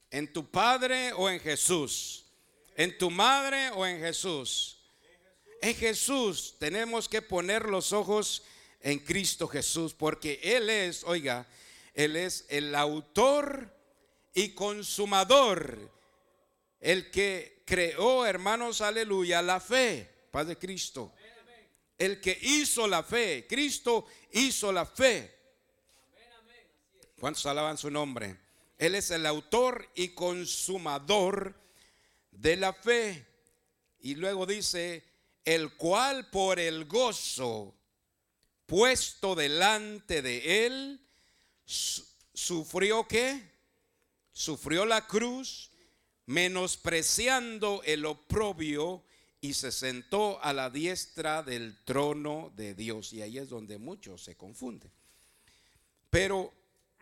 ¿En tu padre o en Jesús? ¿En tu madre o en Jesús? En Jesús. Tenemos que poner los ojos en Cristo Jesús, porque Él es, oiga, Él es el autor y consumador, el que creó, hermanos, aleluya, la fe. Paz de Cristo. El que hizo la fe. Cristo hizo la fe. ¿Cuántos alaban su nombre? Él es el autor y consumador de la fe. Y luego dice, el cual por el gozo puesto delante de él, sufrió ¿qué? Sufrió la cruz, menospreciando el oprobio, y se sentó a la diestra del trono de Dios. Y ahí es donde muchos se confunden. Pero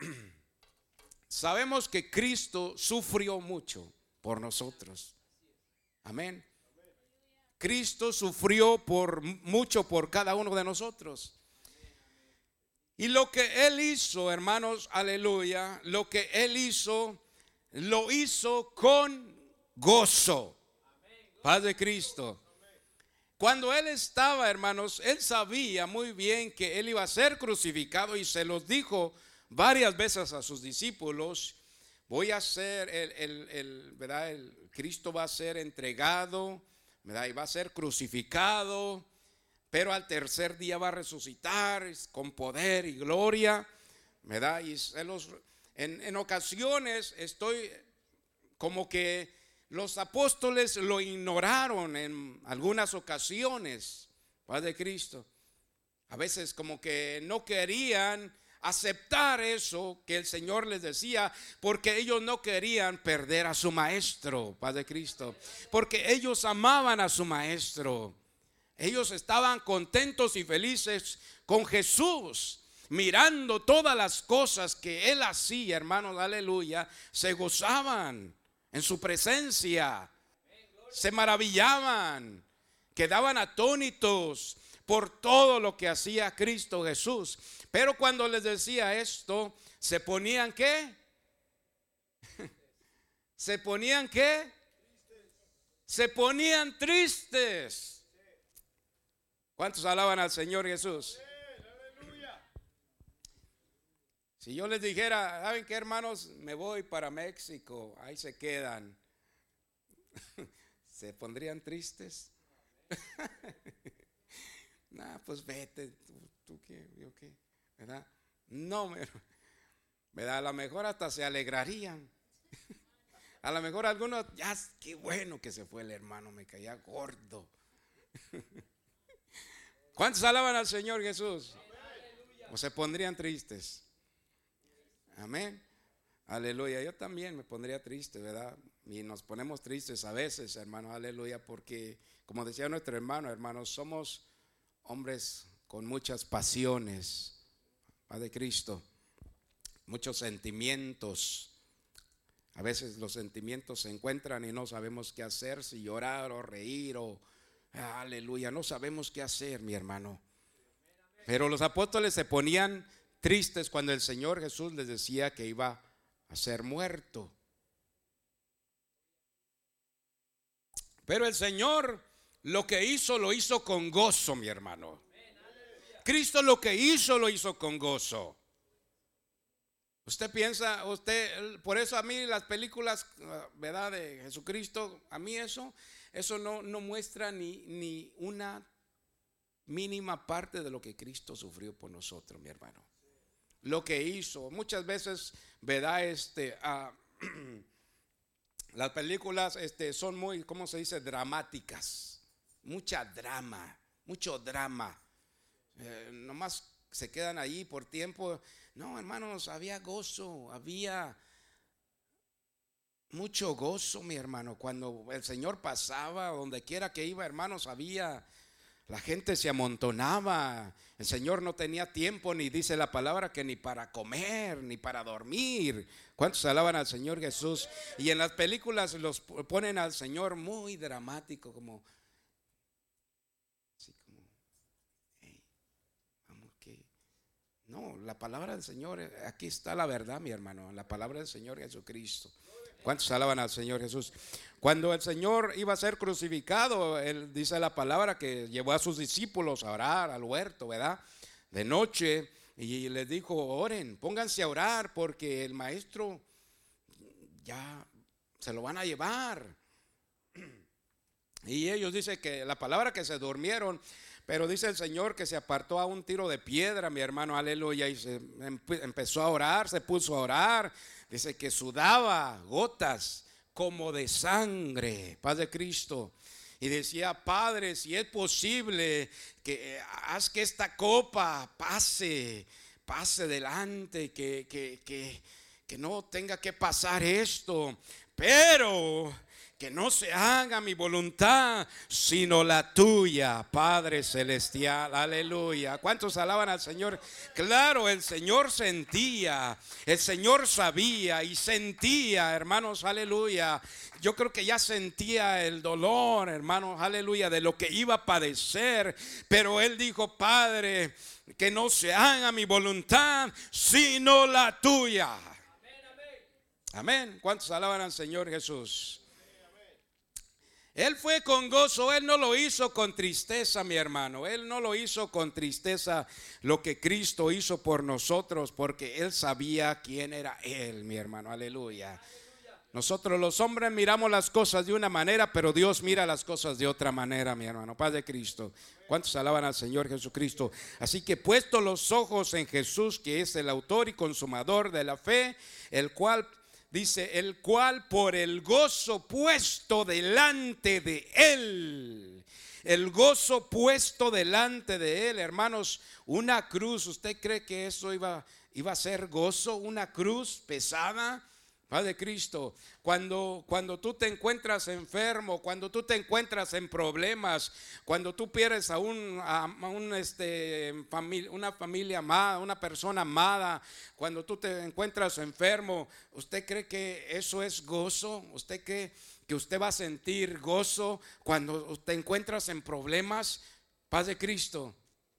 sabemos que Cristo sufrió mucho por nosotros. Amén. Cristo sufrió mucho por cada uno de nosotros. Y lo que Él hizo, hermanos, aleluya, lo que Él hizo, lo hizo con gozo. Paz de Cristo. Cuando Él estaba, hermanos, Él sabía muy bien que Él iba a ser crucificado, y se los dijo varias veces a sus discípulos: voy a ser ¿verdad? Cristo va a ser entregado, ¿verdad? Y va a ser crucificado, pero al tercer día va a resucitar con poder y gloria, ¿verdad? Y en ocasiones estoy como que los apóstoles lo ignoraron en algunas ocasiones, Padre Cristo. A veces como que no querían aceptar eso que el Señor les decía, porque ellos no querían perder a su maestro, Padre Cristo, porque ellos amaban a su maestro. Ellos estaban contentos y felices con Jesús, mirando todas las cosas que Él hacía, hermanos, aleluya. Se gozaban en su presencia, se maravillaban, quedaban atónitos por todo lo que hacía Cristo Jesús. Pero cuando les decía esto, se ponían ¿qué? ¿Se ponían qué? Se ponían tristes. ¿Cuántos alaban al Señor Jesús? Si yo les dijera, ¿saben qué, hermanos? Me voy para México, ahí se quedan. ¿Se pondrían tristes? Nah, pues vete, tú qué, yo qué, ¿verdad? No, ¿verdad? A lo mejor hasta se alegrarían. A lo mejor algunos, ya, qué bueno que se fue el hermano, me caía gordo. ¿Cuántos alaban al Señor Jesús? ¿O se pondrían tristes? Amén. Aleluya. Yo también me pondría triste, ¿verdad? Y nos ponemos tristes a veces, hermanos, aleluya, porque como decía nuestro hermano, hermanos, somos hombres con muchas pasiones, Padre Cristo, muchos sentimientos. A veces los sentimientos se encuentran y no sabemos qué hacer, si llorar o reír o aleluya, no sabemos qué hacer, mi hermano. Pero los apóstoles se ponían tristes cuando el Señor Jesús les decía que iba a ser muerto. Pero el Señor lo que hizo, lo hizo con gozo, mi hermano. Cristo lo que hizo, lo hizo con gozo. Usted piensa, por eso a mí las películas, ¿verdad?, de Jesucristo, a mí eso no muestra ni una mínima parte de lo que Cristo sufrió por nosotros, mi hermano. Lo que hizo, muchas veces, ¿verdad? Las películas son muy, ¿cómo se dice?, dramáticas. Mucho drama. Nomás se quedan ahí por tiempo. No, hermanos, había gozo, había mucho gozo, mi hermano. Cuando el Señor pasaba, donde quiera que iba, hermanos, la gente se amontonaba. El Señor no tenía tiempo, ni dice la palabra que ni para comer, ni para dormir. ¿Cuántos alaban al Señor Jesús? Y en las películas los ponen al Señor muy dramático, como así como, hey, vamos que. No, la palabra del Señor, aquí está la verdad, mi hermano, la palabra del Señor Jesucristo. ¿Cuántos alaban al Señor Jesús? Cuando el Señor iba a ser crucificado, Él dice la palabra que llevó a sus discípulos a orar al huerto, ¿verdad? De noche, y les dijo: oren, pónganse a orar porque el maestro ya se lo van a llevar. Y ellos dicen que la palabra que se durmieron, pero dice el Señor que se apartó a un tiro de piedra, mi hermano, aleluya, y se empezó a orar, se puso a orar. Dice que sudaba gotas como de sangre, paz de Cristo. Y decía: Padre, si es posible, que haz que esta copa pase delante, que no tenga que pasar esto, pero que no se haga mi voluntad, sino la tuya, Padre celestial. Aleluya. ¿Cuántos alaban al Señor? Claro, el Señor sentía, el Señor sabía y sentía, hermanos, aleluya. Yo creo que ya sentía el dolor, hermanos, aleluya, de lo que iba a padecer. Pero Él dijo: Padre, que no se haga mi voluntad, sino la tuya. Amén. ¿Cuántos alaban al Señor Jesús? Él fue con gozo, Él no lo hizo con tristeza, mi hermano. Él no lo hizo con tristeza lo que Cristo hizo por nosotros, porque Él sabía quién era Él, mi hermano, aleluya. Nosotros los hombres miramos las cosas de una manera, pero Dios mira las cosas de otra manera, mi hermano. Paz de Cristo. ¿Cuántos alaban al Señor Jesucristo? Así que puesto los ojos en Jesús, que es el autor y consumador de la fe, el cual... dice: el cual por el gozo puesto delante de Él. El gozo puesto delante de Él, hermanos. Una cruz, ¿usted cree que eso iba a ser gozo? Una cruz pesada. Padre Cristo, cuando tú te encuentras enfermo, cuando tú te encuentras en problemas, cuando tú pierdes a una familia amada, una persona amada, cuando tú te encuentras enfermo, ¿usted cree que eso es gozo? ¿Usted cree que usted va a sentir gozo cuando te encuentras en problemas? Paz de Cristo.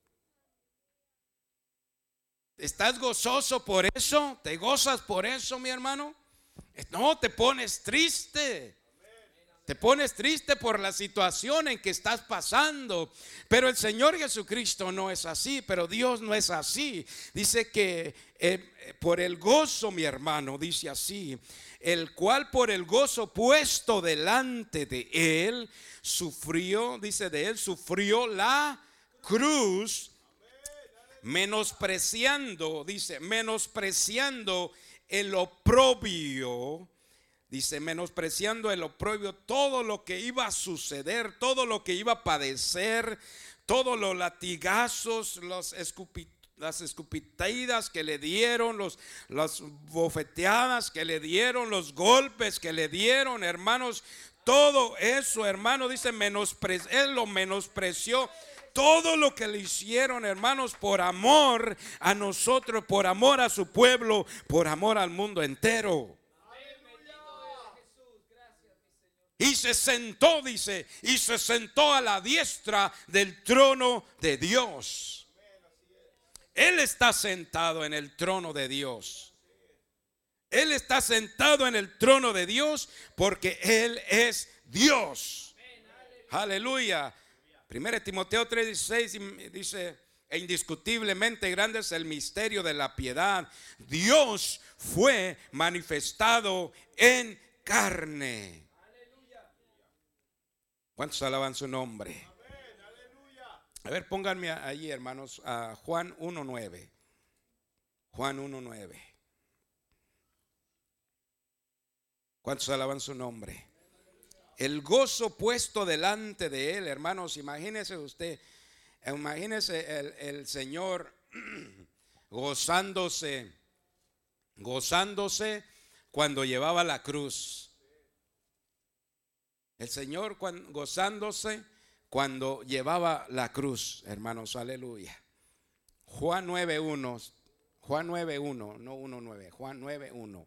¿Estás gozoso por eso? ¿Te gozas por eso, mi hermano? No, te pones triste. Te pones triste por la situación en que estás pasando. Pero el Señor Jesucristo no es así. Pero Dios no es así. Dice que por el gozo, mi hermano, dice así: el cual por el gozo puesto delante de Él sufrió, dice de Él, sufrió la cruz, menospreciando, dice, menospreciando el oprobio, dice, menospreciando el oprobio, todo lo que iba a suceder, todo lo que iba a padecer, todos los latigazos, las escupitadas que le dieron, las bofeteadas que le dieron, los golpes que le dieron, hermanos. Todo eso, hermano, dice, Él lo menospreció. Todo lo que le hicieron, hermanos, por amor a nosotros, por amor a su pueblo, por amor al mundo entero. Y se sentó, dice, y se sentó a la diestra del trono de Dios. Él está sentado en el trono de Dios. Él está sentado en el trono de Dios porque Él es Dios. Aleluya. 1 Timoteo 3:16 dice: e indiscutiblemente grande es el misterio de la piedad. Dios fue manifestado en carne. ¿Cuántos alaban su nombre? A ver, pónganme ahí, hermanos, a Juan 1:9. Juan 1:9. ¿Cuántos alaban su nombre? El gozo puesto delante de Él, hermanos. Imagínese usted, imagínese el Señor gozándose cuando llevaba la cruz. El Señor gozándose cuando llevaba la cruz, hermanos, aleluya. Juan 9:1, Juan 9:1, no 1:9, Juan 9:1.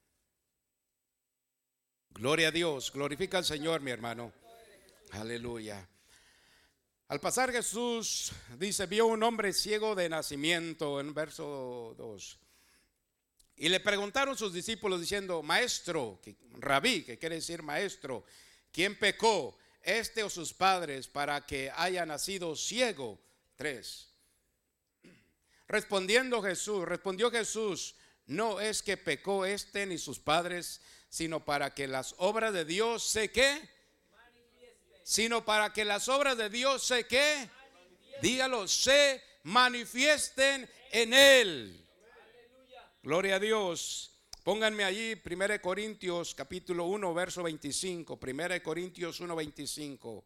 Gloria a Dios, glorifica al Señor, mi hermano. Aleluya. Al pasar Jesús, dice, vio un hombre ciego de nacimiento, en verso 2. Y le preguntaron sus discípulos diciendo: maestro, rabí, que quiere decir maestro, ¿quién pecó, este o sus padres, para que haya nacido ciego? 3. Respondió Jesús: no es que pecó este ni sus padres, sino para que las obras de Dios se ¿qué? Sino para que las obras de Dios se ¿qué? Dígalo, se manifiesten en él. Gloria a Dios. Pónganme allí 1 Corintios capítulo 1 verso 25. 1 Corintios 1, 25.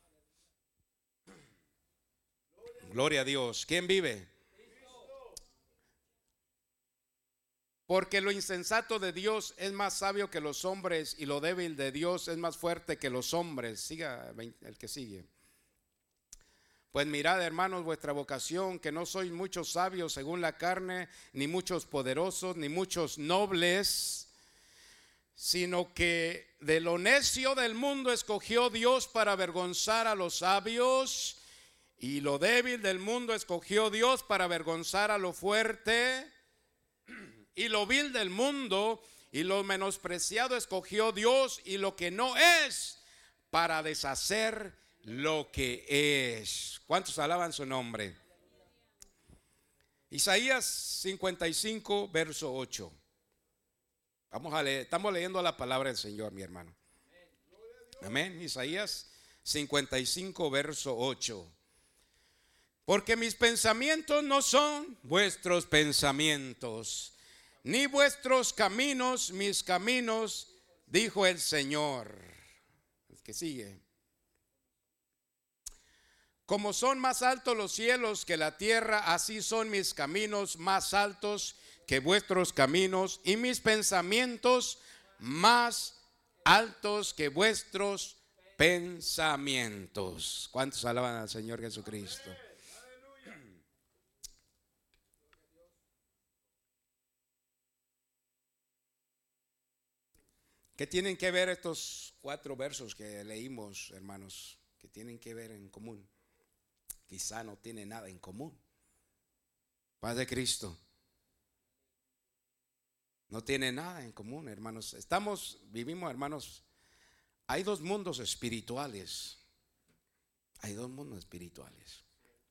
Gloria a Dios. ¿Quién vive? Porque lo insensato de Dios es más sabio que los hombres, y lo débil de Dios es más fuerte que los hombres. Siga el que sigue. Pues mirad, hermanos, vuestra vocación, que no sois muchos sabios según la carne, ni muchos poderosos, ni muchos nobles, sino que de lo necio del mundo escogió Dios para avergonzar a los sabios, y lo débil del mundo escogió Dios para avergonzar a lo fuerte, y lo vil del mundo y lo menospreciado escogió Dios, y lo que no es, para deshacer lo que es. ¿Cuántos alaban su nombre? Isaías 55 verso 8. Vamos a leer, estamos leyendo la palabra del Señor, mi hermano. Amén. Isaías 55 verso 8. Porque mis pensamientos no son vuestros pensamientos, ni vuestros caminos mis caminos, dijo el Señor. El que sigue. Como son más altos los cielos que la tierra, así son mis caminos más altos que vuestros caminos, y mis pensamientos más altos que vuestros pensamientos. ¿Cuántos alaban al Señor Jesucristo? ¿Qué tienen que ver estos 4 versos que leímos, hermanos? ¿Qué tienen que ver en común? Quizá no tiene nada en común. Paz de Cristo. No tiene nada en común, hermanos. Vivimos, hermanos. Hay 2 mundos espirituales. Hay 2 mundos espirituales.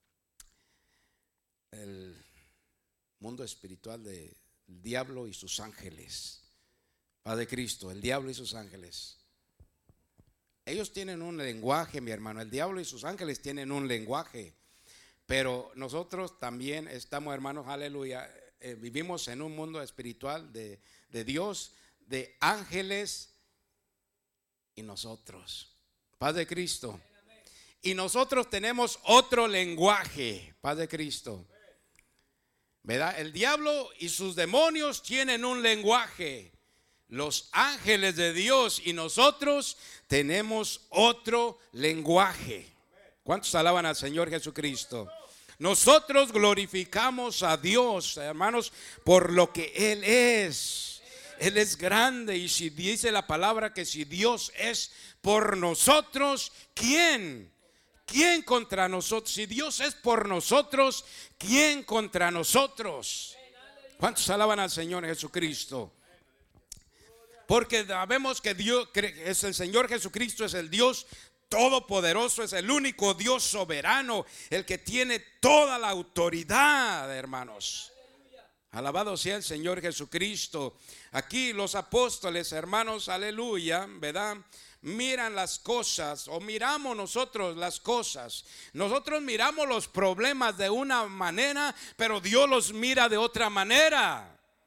El mundo espiritual del diablo y sus ángeles. Paz de Cristo, el diablo y sus ángeles. Ellos tienen un lenguaje, mi hermano. El diablo y sus ángeles tienen un lenguaje. Pero nosotros también estamos, hermanos, aleluya, vivimos en un mundo espiritual de Dios, de ángeles y nosotros. Paz de Cristo. Y nosotros tenemos otro lenguaje. Paz de Cristo. ¿Verdad? El diablo y sus demonios tienen un lenguaje. Los ángeles de Dios y nosotros tenemos otro lenguaje. ¿Cuántos alaban al Señor Jesucristo? Nosotros glorificamos a Dios, hermanos, por lo que Él es. Él es grande, y si dice la palabra que si Dios es por nosotros, ¿quién? ¿Quién contra nosotros? Si Dios es por nosotros, ¿quién contra nosotros? ¿Cuántos alaban al Señor Jesucristo? Porque sabemos que Dios es el Señor Jesucristo, es el Dios todopoderoso, es el único Dios soberano, el que tiene toda la autoridad, hermanos. Alabado sea el Señor Jesucristo. Aquí los apóstoles, hermanos, aleluya, ¿verdad? Miran las cosas, o miramos nosotros las cosas. Nosotros miramos los problemas de una manera, pero Dios los mira de otra manera.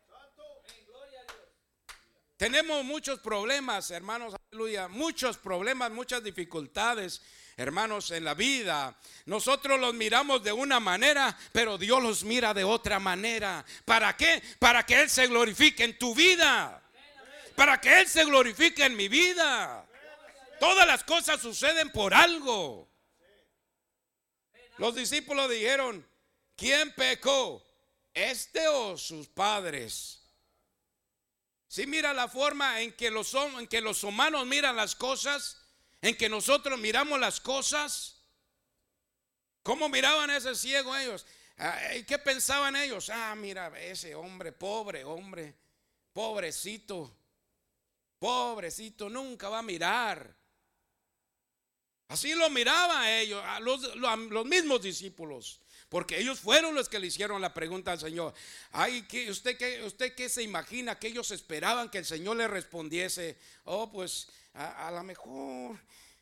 Tenemos muchos problemas, hermanos, aleluya, muchos problemas, muchas dificultades, hermanos, en la vida. Nosotros los miramos de una manera, pero Dios los mira de otra manera. ¿Para qué? Para que Él se glorifique en tu vida. Para que Él se glorifique en mi vida. Todas las cosas suceden por algo. Los discípulos dijeron: ¿quién pecó? ¿Este o sus padres? Si mira la forma en que los humanos miran las cosas, en que nosotros miramos las cosas. ¿Cómo miraban a ese ciego ellos? ¿Qué pensaban ellos? Mira, ese hombre, pobre hombre, pobrecito, pobrecito, nunca va a mirar. Así lo miraban ellos, a los mismos discípulos, porque ellos fueron los que le hicieron la pregunta al Señor. Ay, ¿usted qué se imagina? Que ellos esperaban que el Señor le respondiese. Oh, pues a lo mejor,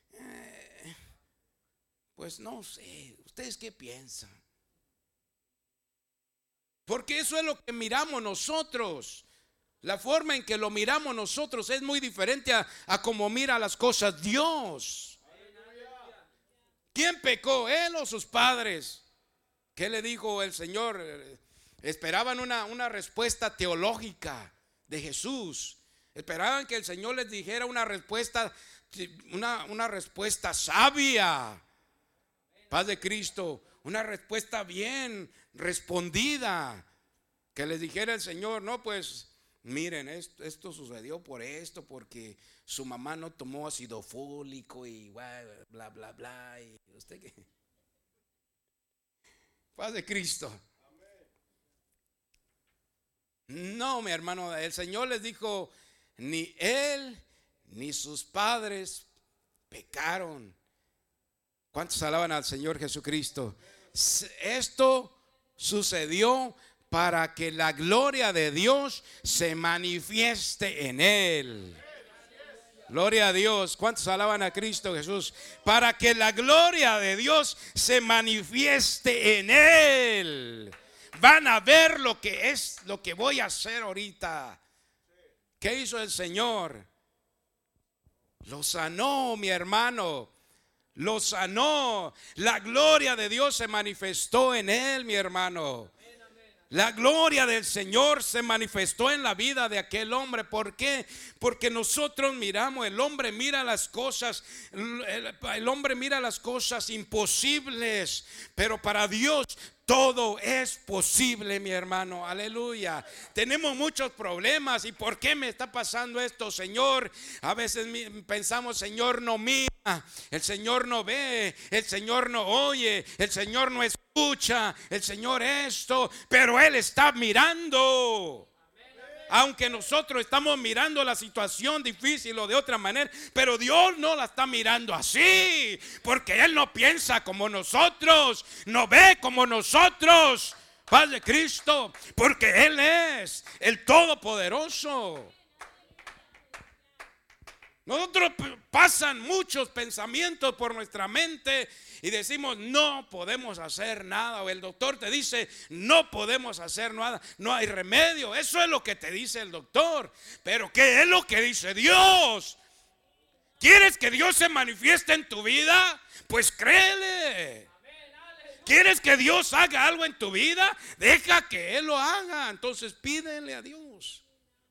pues no sé, ¿ustedes qué piensan? Porque eso es lo que miramos nosotros. La forma en que lo miramos nosotros es muy diferente a como mira las cosas Dios. ¿Quién pecó? ¿Él o sus padres? ¿Qué le dijo el Señor? Esperaban una respuesta teológica de Jesús. Esperaban que el Señor les dijera una respuesta sabia. Paz de Cristo, una respuesta bien respondida. Que les dijera el Señor, no, pues miren, esto sucedió por esto, porque su mamá no tomó ácido fólico y bla, bla, bla. ¿Y usted qué? Paz de Cristo. No, mi hermano, el Señor les dijo, ni él ni sus padres pecaron. ¿Cuántos alaban al Señor Jesucristo? Esto sucedió para que la gloria de Dios se manifieste en él. Gloria a Dios. ¿Cuántos alaban a Cristo Jesús? Para que la gloria de Dios se manifieste en él. Van a ver lo que voy a hacer ahorita. ¿Qué hizo el Señor? Lo sanó, mi hermano. Lo sanó. La gloria de Dios se manifestó en él, mi hermano. La gloria del Señor se manifestó en la vida de aquel hombre. ¿Por qué? Porque nosotros miramos, el hombre mira las cosas, el hombre mira las cosas imposibles, pero para Dios todo es posible, mi hermano. Aleluya. Tenemos muchos problemas. ¿Y por qué me está pasando esto, Señor? A veces pensamos, Señor no mira, el Señor no ve, el Señor no oye, el Señor no escucha, el Señor esto, pero Él está mirando. Aunque nosotros estamos mirando la situación difícil o de otra manera, pero Dios no la está mirando así, porque Él no piensa como nosotros, no ve como nosotros. Paz de Cristo, porque Él es el Todopoderoso. Nosotros pasan muchos pensamientos por nuestra mente y decimos no podemos hacer nada, o el doctor te dice no podemos hacer nada, no hay remedio. Eso es lo que te dice el doctor, pero ¿qué es lo que dice Dios? ¿Quieres que Dios se manifieste en tu vida? Pues créele. ¿Quieres que Dios haga algo en tu vida? Deja que Él lo haga. Entonces pídele a Dios.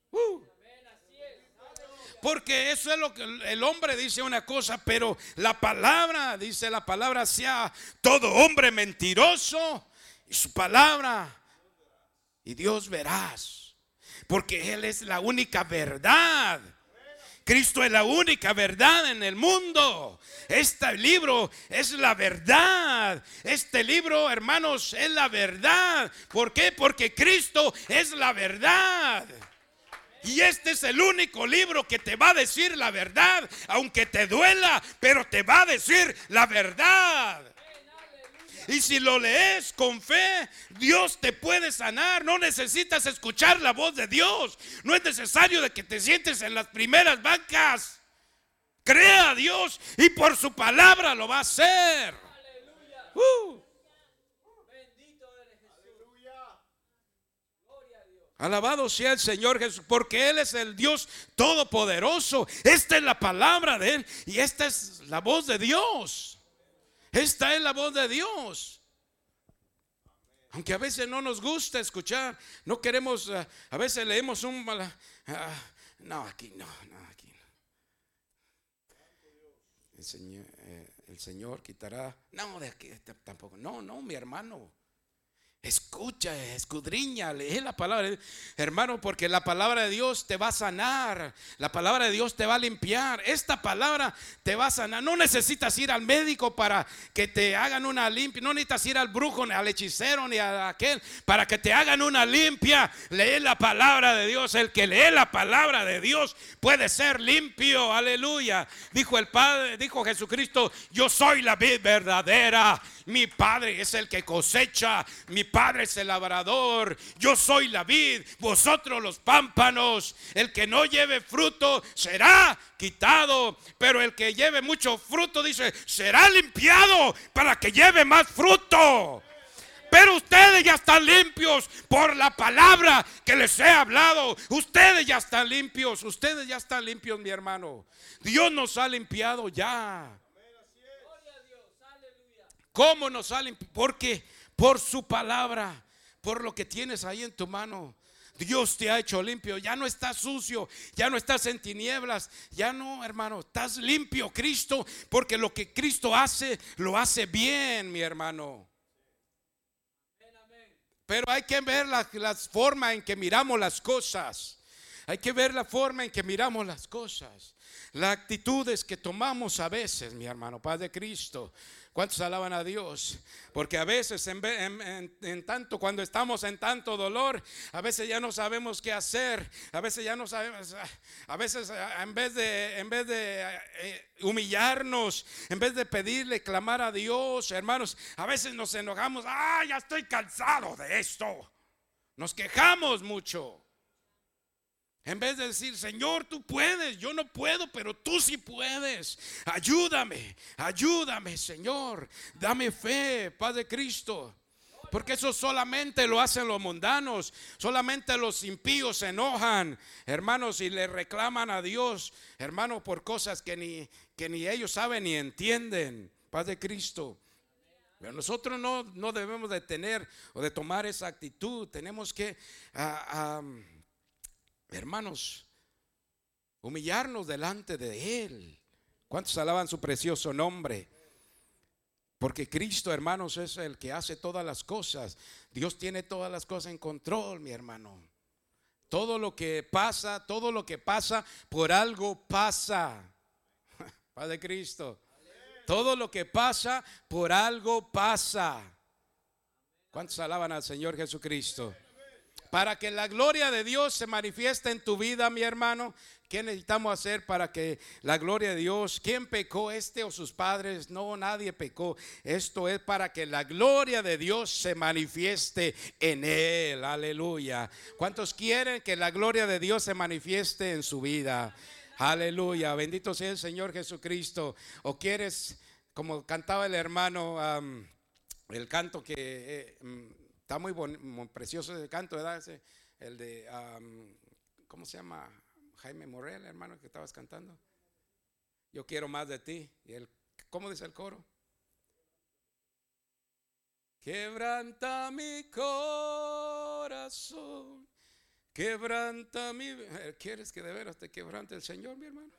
Porque eso es lo que el hombre dice una cosa, pero la palabra, dice la palabra, sea todo hombre mentiroso y su palabra, y Dios verás, porque Él es la única verdad. Cristo es la única verdad en el mundo. Este libro es la verdad. Este libro, hermanos, es la verdad. ¿Por qué? Porque Cristo es la verdad. Y este es el único libro que te va a decir la verdad, aunque te duela, pero te va a decir la verdad. Y si lo lees con fe, Dios te puede sanar. No necesitas escuchar la voz de Dios. No es necesario de que te sientes en las primeras bancas. Crea a Dios y por su palabra lo va a hacer. Alabado sea el Señor Jesús, porque Él es el Dios todopoderoso. Esta es la palabra de Él y esta es la voz de Dios. Esta es la voz de Dios. Aunque a veces no nos gusta escuchar, no queremos, a veces leemos no, aquí no. El Señor quitará, no, de aquí tampoco. No, mi hermano. Escucha, escudriña, lee la palabra de Dios, hermano, porque la palabra de Dios te va a sanar, la palabra de Dios te va a limpiar, esta palabra te va a sanar. No necesitas ir al médico para que te hagan una limpia, no necesitas ir al brujo, ni al hechicero, ni a aquel para que te hagan una limpia. Lee la palabra de Dios. El que lee la palabra de Dios puede ser limpio, aleluya. Dijo el Padre, dijo Jesucristo: yo soy la vid verdadera, mi Padre es el que cosecha, mi Padre es el labrador, yo soy la vid, vosotros los pámpanos. El que no lleve fruto será quitado, pero el que lleve mucho fruto, dice, será limpiado para que lleve más fruto. Pero ustedes ya están limpios por la palabra que les he hablado. Ustedes ya están limpios, ustedes ya están limpios, mi hermano. Dios nos ha limpiado ya. ¿Cómo nos salen? Porque por su palabra, por lo que tienes ahí en tu mano, Dios te ha hecho limpio. Ya no estás sucio, ya no estás en tinieblas, ya no, hermano, estás limpio. Cristo, porque lo que Cristo hace, lo hace bien, mi hermano. Pero hay que ver la forma en que miramos las cosas. Hay que ver la forma en que miramos las cosas, las actitudes que tomamos a veces, mi hermano, paz de Cristo. ¿Cuántos alaban a Dios? Porque a veces en tanto, cuando estamos en tanto dolor, a veces ya no sabemos qué hacer. A veces ya no sabemos. A veces en vez de humillarnos, en vez de pedirle, clamar a Dios, hermanos, a veces nos enojamos. Ya estoy cansado de esto. Nos quejamos mucho. En vez de decir, Señor, tú puedes, yo no puedo, pero tú sí puedes. Ayúdame, ayúdame, Señor. Dame fe, paz de Cristo. Porque eso solamente lo hacen los mundanos. Solamente los impíos se enojan, hermanos, y le reclaman a Dios, hermanos, por cosas que ni ellos saben ni entienden. Paz de Cristo. Pero nosotros no debemos de tener o de tomar esa actitud. Tenemos que hermanos, humillarnos delante de Él. ¿Cuántos alaban su precioso nombre? Porque Cristo, hermanos, es el que hace todas las cosas. Dios tiene todas las cosas en control, mi hermano. Todo lo que pasa, por algo pasa. Paz de Cristo. Todo lo que pasa, por algo pasa. ¿Cuántos alaban al Señor Jesucristo? Para que la gloria de Dios se manifieste en tu vida, mi hermano. ¿Qué necesitamos hacer para que la gloria de Dios? ¿Quién pecó, o sus padres? No, nadie pecó. Esto es para que la gloria de Dios se manifieste en él. Aleluya. ¿Cuántos quieren que la gloria de Dios se manifieste en su vida? Aleluya. Bendito sea el Señor Jesucristo. ¿O quieres, como cantaba el hermano, el canto que está muy precioso ese canto, ¿verdad? El de, ¿cómo se llama? Jaime Morel, hermano, que estabas cantando. Yo quiero más de ti. Y ¿cómo dice el coro? Quebranta mi corazón, quebranta mi. ¿Quieres que de veras te quebrante el Señor, mi hermano?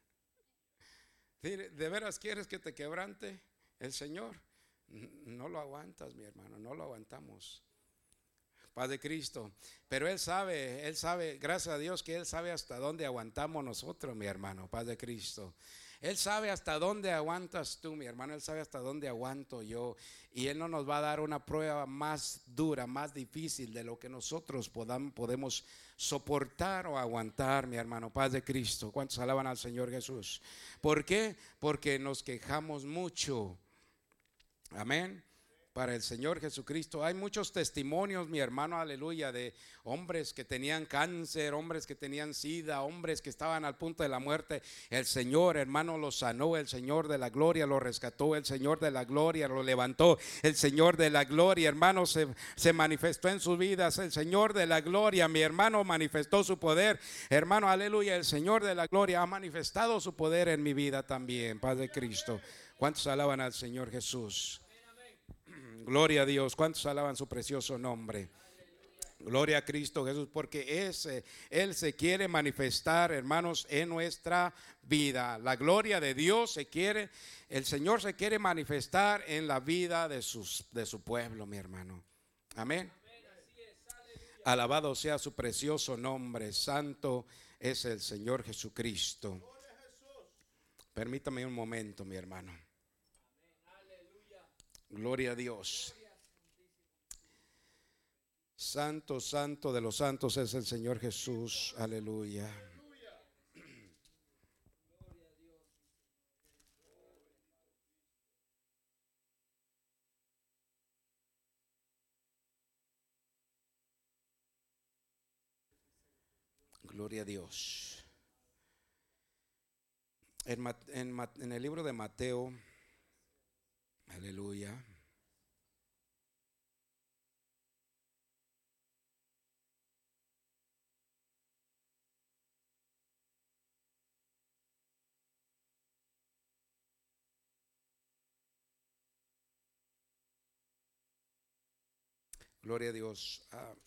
¿De veras quieres que te quebrante el Señor? No lo aguantas, mi hermano, no lo aguantamos. Paz de Cristo. Pero Él sabe, gracias a Dios que Él sabe hasta dónde aguantamos nosotros, mi hermano. Paz de Cristo. Él sabe hasta dónde aguantas tú, mi hermano. Él sabe hasta dónde aguanto yo. Y Él no nos va a dar una prueba más dura, más difícil de lo que nosotros podemos soportar o aguantar, mi hermano. Paz de Cristo. ¿Cuántos alaban al Señor Jesús? ¿Por qué? Porque nos quejamos mucho. Amén. Para el Señor Jesucristo. Hay muchos testimonios, mi hermano, aleluya, de hombres que tenían cáncer, hombres que tenían sida, hombres que estaban al punto de la muerte. El Señor, hermano, los sanó. El Señor de la gloria lo rescató. El Señor de la gloria lo levantó. El Señor de la gloria, hermano, se manifestó en sus vidas. El Señor de la gloria, mi hermano, manifestó su poder. Hermano, aleluya, el Señor de la gloria ha manifestado su poder en mi vida también. Paz de Cristo. ¿Cuántos alaban al Señor Jesús? Gloria a Dios. ¿Cuántos alaban su precioso nombre? Gloria a Cristo Jesús, porque Él se quiere manifestar, hermanos, en nuestra vida. La gloria de Dios el Señor se quiere manifestar en la vida de su pueblo, mi hermano. Amén. Alabado sea su precioso nombre. Santo es el Señor Jesucristo. Permítame un momento, mi hermano. Gloria a Dios. Santo, santo de los santos es el Señor Jesús. Aleluya. Gloria a Dios. En el libro de Mateo, aleluya. Gloria a Dios.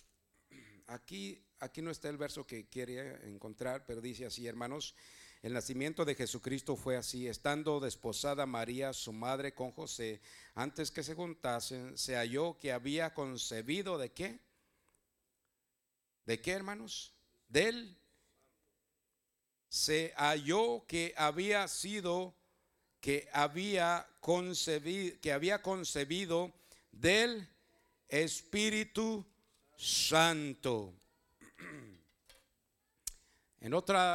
Aquí no está el verso que quiere encontrar, pero dice así, hermanos: el nacimiento de Jesucristo fue así: estando desposada María, su madre, con José, antes que se juntasen, se halló que había concebido ¿de qué? ¿De qué, hermanos? Del. Se halló que había concebido del Espíritu Santo. En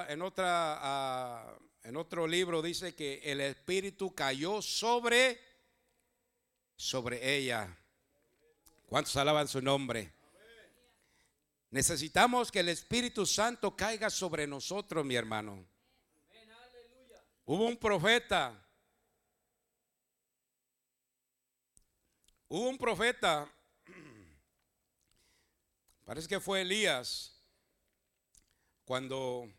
otro libro dice que el Espíritu cayó sobre ella. ¿Cuántos alaban su nombre? Necesitamos que el Espíritu Santo caiga sobre nosotros, mi hermano. Hubo un profeta. Parece que fue Elías, cuando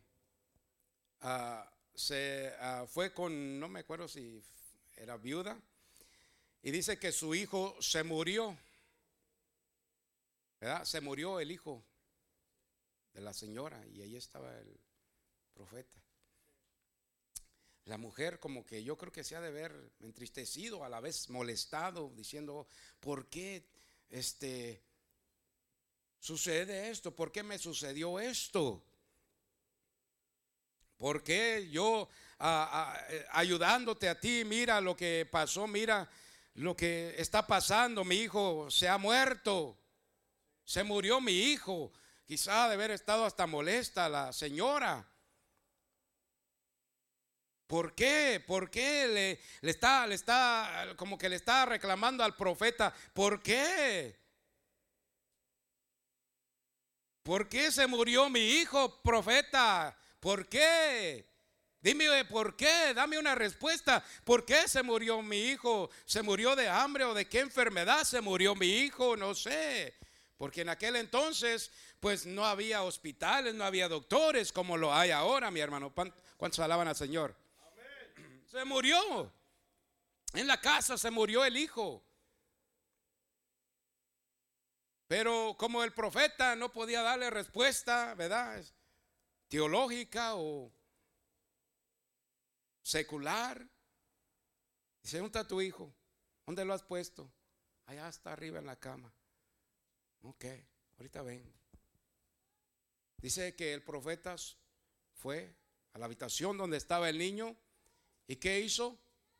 fue con, no me acuerdo si era viuda, y dice que su hijo se murió, ¿verdad? Se murió el hijo de la señora, y ahí estaba el profeta. La mujer, como que yo creo que se ha de ver entristecido, a la vez molestado, diciendo: ¿por qué sucede esto? ¿Por qué me sucedió esto? ¿Por qué yo ayudándote a ti? Mira lo que pasó, mira lo que está pasando. Mi hijo se ha muerto, se murió mi hijo. Quizá de haber estado hasta molesta la señora. ¿Por qué? ¿Por qué le está como que le está reclamando al profeta? ¿Por qué? ¿Por qué se murió mi hijo, profeta? ¿Por qué? Dime por qué, dame una respuesta. ¿Por qué se murió mi hijo? ¿Se murió de hambre o de qué enfermedad se murió mi hijo? No sé. Porque en aquel entonces pues no había hospitales, no había doctores como lo hay ahora, mi hermano. ¿Cuántos alaban al Señor? Amén. Se murió. En la casa se murió el hijo. Pero como el profeta no podía darle respuesta, ¿verdad?, teológica o secular, dice: ¿dónde está tu hijo? ¿Dónde lo has puesto? Allá está arriba en la cama. Ok, ahorita vengo. Dice que el profeta fue a la habitación donde estaba el niño. ¿Y qué hizo?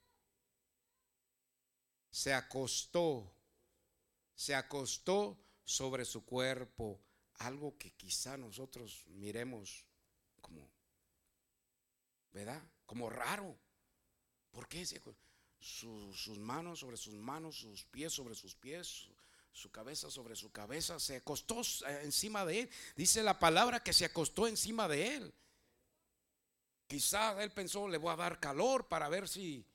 Se acostó sobre su cuerpo. Algo que quizá nosotros miremos como, ¿verdad?, como raro. ¿Por qué? Sus manos sobre sus manos, sus pies sobre sus pies, su cabeza sobre su cabeza. Se acostó encima de él. Dice la palabra que se acostó encima de él. Quizá él pensó: le voy a dar calor para ver si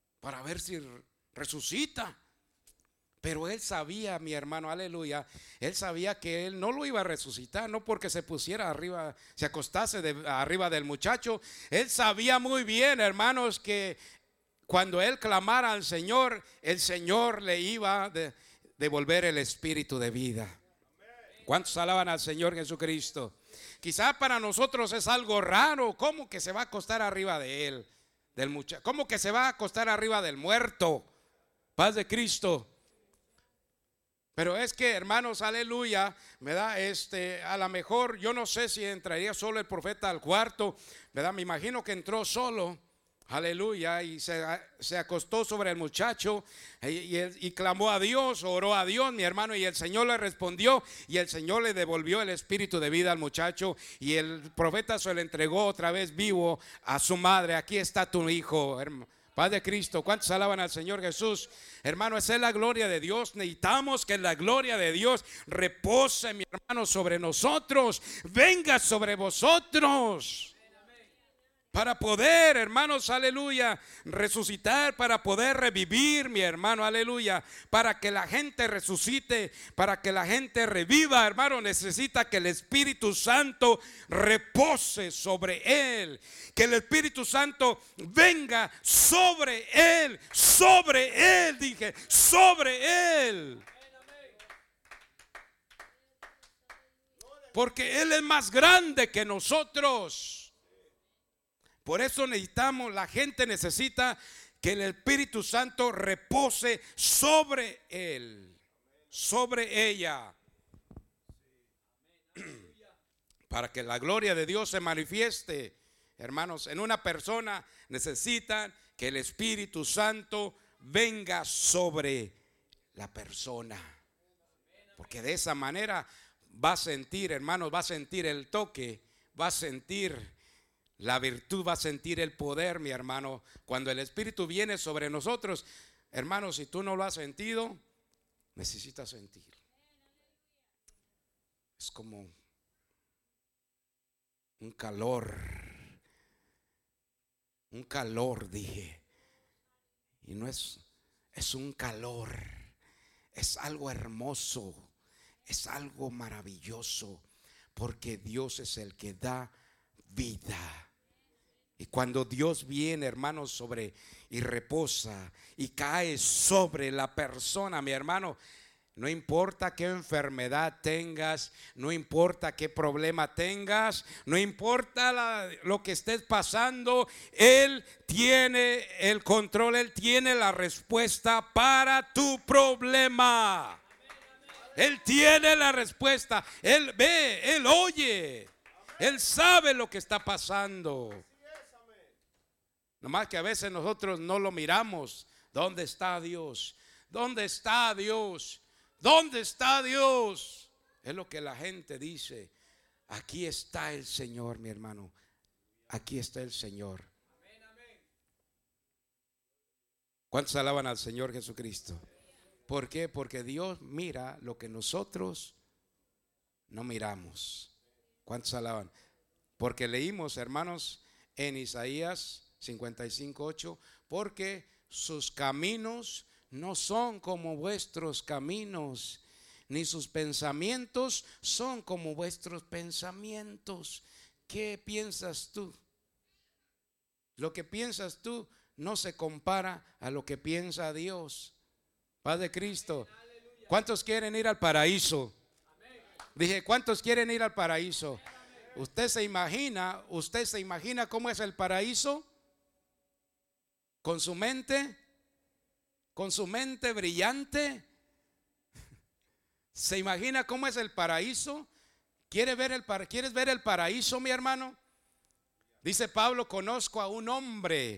resucita. Pero él sabía, mi hermano, aleluya, él sabía que él no lo iba a resucitar, no porque se pusiera arriba, se acostase arriba del muchacho. Él sabía muy bien, hermanos, que cuando él clamara al Señor, el Señor le iba a devolver el espíritu de vida. ¿Cuántos alaban al Señor Jesucristo? Quizá para nosotros es algo raro. ¿Cómo que se va a acostar arriba de él, del muchacho? ¿Cómo que se va a acostar arriba del muerto? Paz de Cristo. Pero es que, hermanos, aleluya, ¿verdad? A lo mejor yo no sé si entraría solo el profeta al cuarto, ¿verdad? Me imagino que entró solo, aleluya, y se acostó sobre el muchacho y clamó a Dios, oró a Dios, mi hermano, y el Señor le respondió y el Señor le devolvió el espíritu de vida al muchacho y el profeta se lo entregó otra vez vivo a su madre. Aquí está tu hijo, hermano. Paz de Cristo. ¿Cuántos alaban al Señor Jesús? Hermano, esa es la gloria de Dios. Necesitamos que la gloria de Dios repose, mi hermano, sobre nosotros. Venga sobre vosotros. Para poder, hermanos, aleluya, resucitar, para poder revivir, mi hermano, aleluya, para que la gente resucite, para que la gente reviva, hermano, necesita que el Espíritu Santo repose sobre él, que el Espíritu Santo venga sobre él, dije, sobre él. Porque él es más grande que nosotros. Por eso necesitamos, la gente necesita que el Espíritu Santo repose sobre él, sobre ella, para que la gloria de Dios se manifieste. Hermanos, en una persona necesitan que el Espíritu Santo venga sobre la persona, porque de esa manera va a sentir, hermanos, va a sentir el toque, va a sentir la virtud, va a sentir el poder, mi hermano. Cuando el Espíritu viene sobre nosotros, hermano, si tú no lo has sentido, necesitas sentir. Es como un calor, dije. Y no es un calor, es algo hermoso, es algo maravilloso, porque Dios es el que da vida. Y cuando Dios viene, hermanos, sobre y reposa y cae sobre la persona, mi hermano, no importa qué enfermedad tengas, no importa qué problema tengas, no importa lo que estés pasando, Él tiene el control, Él tiene la respuesta para tu problema. Él tiene la respuesta, Él ve, Él oye, Él sabe lo que está pasando. Nomás que a veces nosotros no lo miramos. ¿Dónde está Dios? ¿Dónde está Dios? ¿Dónde está Dios? Es lo que la gente dice. Aquí está el Señor, mi hermano. Aquí está el Señor. ¿Cuántos alaban al Señor Jesucristo? ¿Por qué? Porque Dios mira lo que nosotros no miramos. ¿Cuántos alaban? Porque leímos, hermanos, en Isaías 55:8, porque sus caminos no son como vuestros caminos, ni sus pensamientos son como vuestros pensamientos. ¿Qué piensas tú? Lo que piensas tú no se compara a lo que piensa Dios. Paz de Cristo. ¿Cuántos quieren ir al paraíso? Dije, ¿cuántos quieren ir al paraíso? ¿Usted se imagina cómo es el paraíso? Con su mente brillante. ¿Se imagina cómo es el paraíso? ¿Quieres ver el paraíso, mi hermano? Dice Pablo, conozco a un hombre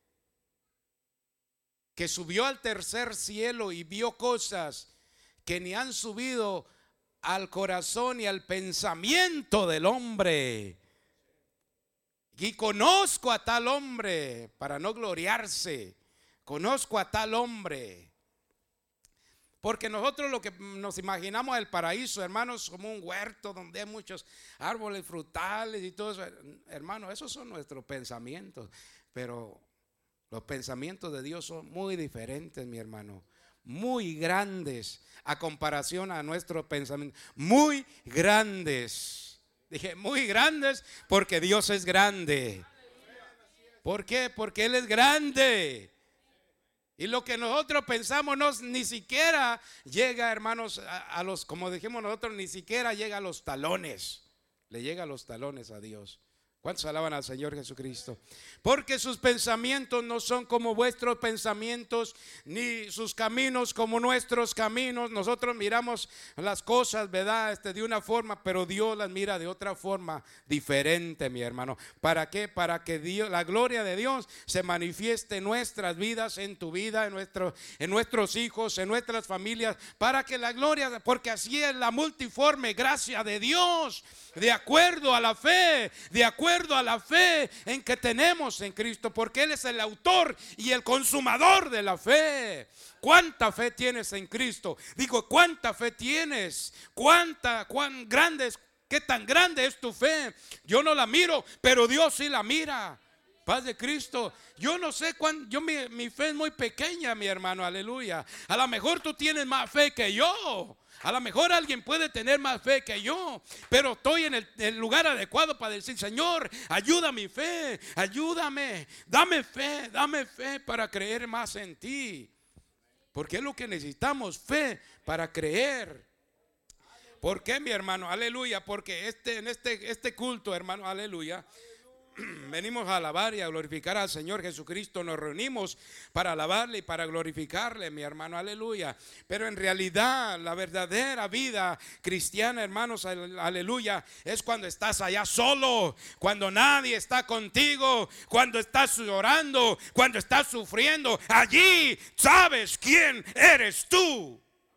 que subió al tercer cielo y vio cosas que ni han subido al corazón y al pensamiento del hombre. Y conozco a tal hombre, para no gloriarse, conozco a tal hombre. Porque nosotros lo que nos imaginamos el paraíso, hermanos, como un huerto donde hay muchos árboles frutales y todo eso. Hermanos, esos son nuestros pensamientos. Pero los pensamientos de Dios son muy diferentes, mi hermano. Muy grandes a comparación a nuestros pensamientos. Muy grandes. Dije muy grandes porque Dios es grande. ¿Por qué? Porque Él es grande. Y lo que nosotros pensamos ni siquiera llega, hermanos, a los, como dijimos nosotros, ni siquiera llega a los talones. Le llega a los talones a Dios. ¿Cuántos alaban al Señor Jesucristo? Porque sus pensamientos no son como vuestros pensamientos, ni sus caminos como nuestros caminos. Nosotros miramos las cosas, ¿verdad? De una forma, pero Dios las mira de otra forma diferente, mi hermano. ¿Para qué? Para que Dios, la gloria de Dios se manifieste en nuestras vidas, en tu vida, en nuestros hijos, en nuestras familias. Para que la gloria, porque así es la multiforme gracia de Dios, de acuerdo a la fe, en que tenemos en Cristo, porque Él es el autor y el consumador de la fe. ¿Cuánta fe tienes en Cristo? Digo, ¿cuánta fe tienes? ¿Cuán grande es? ¿Qué tan grande es tu fe? Yo no la miro, pero Dios sí la mira. Paz de Cristo. Yo no sé mi fe es muy pequeña, mi hermano, aleluya. A lo mejor tú tienes más fe que yo. A lo mejor alguien puede tener más fe que yo, pero estoy en el lugar adecuado para decir: Señor, ayuda mi fe, ayúdame, dame fe para creer más en ti. Porque es lo que necesitamos, fe para creer. ¿Por qué, mi hermano? Aleluya. Porque en este culto, hermano, aleluya, venimos a alabar y a glorificar al Señor Jesucristo. Nos reunimos para alabarle y para glorificarle, mi hermano, aleluya. Pero en realidad la verdadera vida cristiana, hermanos, aleluya, es cuando estás allá solo, cuando nadie está contigo, cuando estás llorando, cuando estás sufriendo. Allí sabes quién eres tú.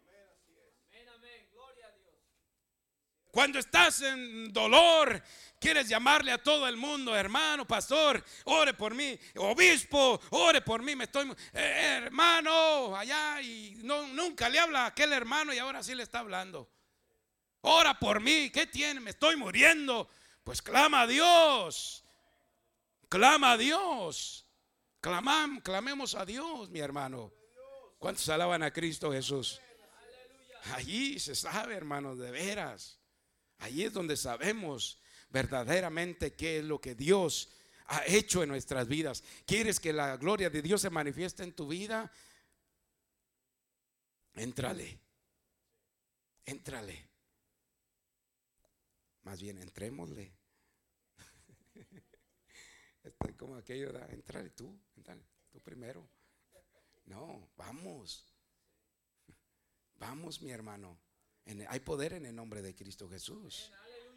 Cuando estás en dolor, quieres llamarle a todo el mundo: hermano, pastor, ore por mí; obispo, ore por mí, hermano, allá. Y nunca le habla a aquel hermano, y ahora sí le está hablando. Ora por mí. ¿Qué tiene? Me estoy muriendo. Pues clama a Dios. Clama a Dios. Clamemos a Dios, mi hermano. ¿Cuántos alaban a Cristo Jesús? Allí se sabe, hermano, de veras. Allí es donde sabemos verdaderamente qué es lo que Dios ha hecho en nuestras vidas. ¿Quieres que la gloria de Dios se manifieste en tu vida? Éntrale. Más bien, entrémosle. Estoy como aquello, éntrale tú primero. No, vamos, mi hermano. Hay poder en el nombre de Cristo Jesús.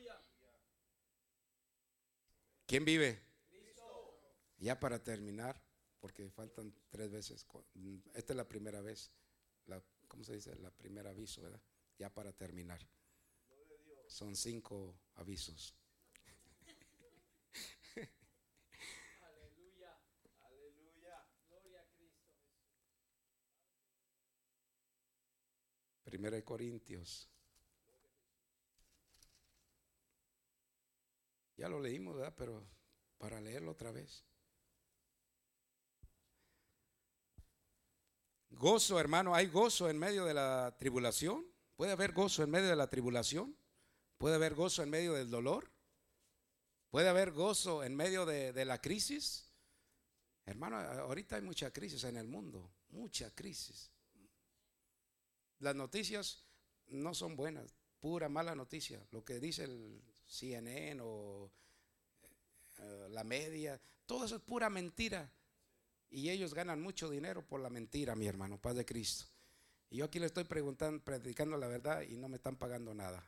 ¿Quién vive? Cristo. Ya para terminar, porque faltan 3 veces. Esta es la primera vez. ¿Cómo se dice? La primera aviso, ¿verdad? Ya para terminar. Son 5 avisos. Aleluya. Gloria a Cristo. 1 Corintios. Ya lo leímos, ¿verdad? Pero para leerlo otra vez. Gozo, hermano. ¿Hay gozo en medio de la tribulación? ¿Puede haber gozo en medio de la tribulación? ¿Puede haber gozo en medio del dolor? ¿Puede haber gozo en medio de la crisis? Hermano, ahorita hay mucha crisis en el mundo. Mucha crisis. Las noticias no son buenas. Pura mala noticia. Lo que dice el CNN o la media, todo eso es pura mentira. Y ellos ganan mucho dinero por la mentira, mi hermano, paz de Cristo. Y yo aquí le estoy predicando la verdad y no me están pagando nada.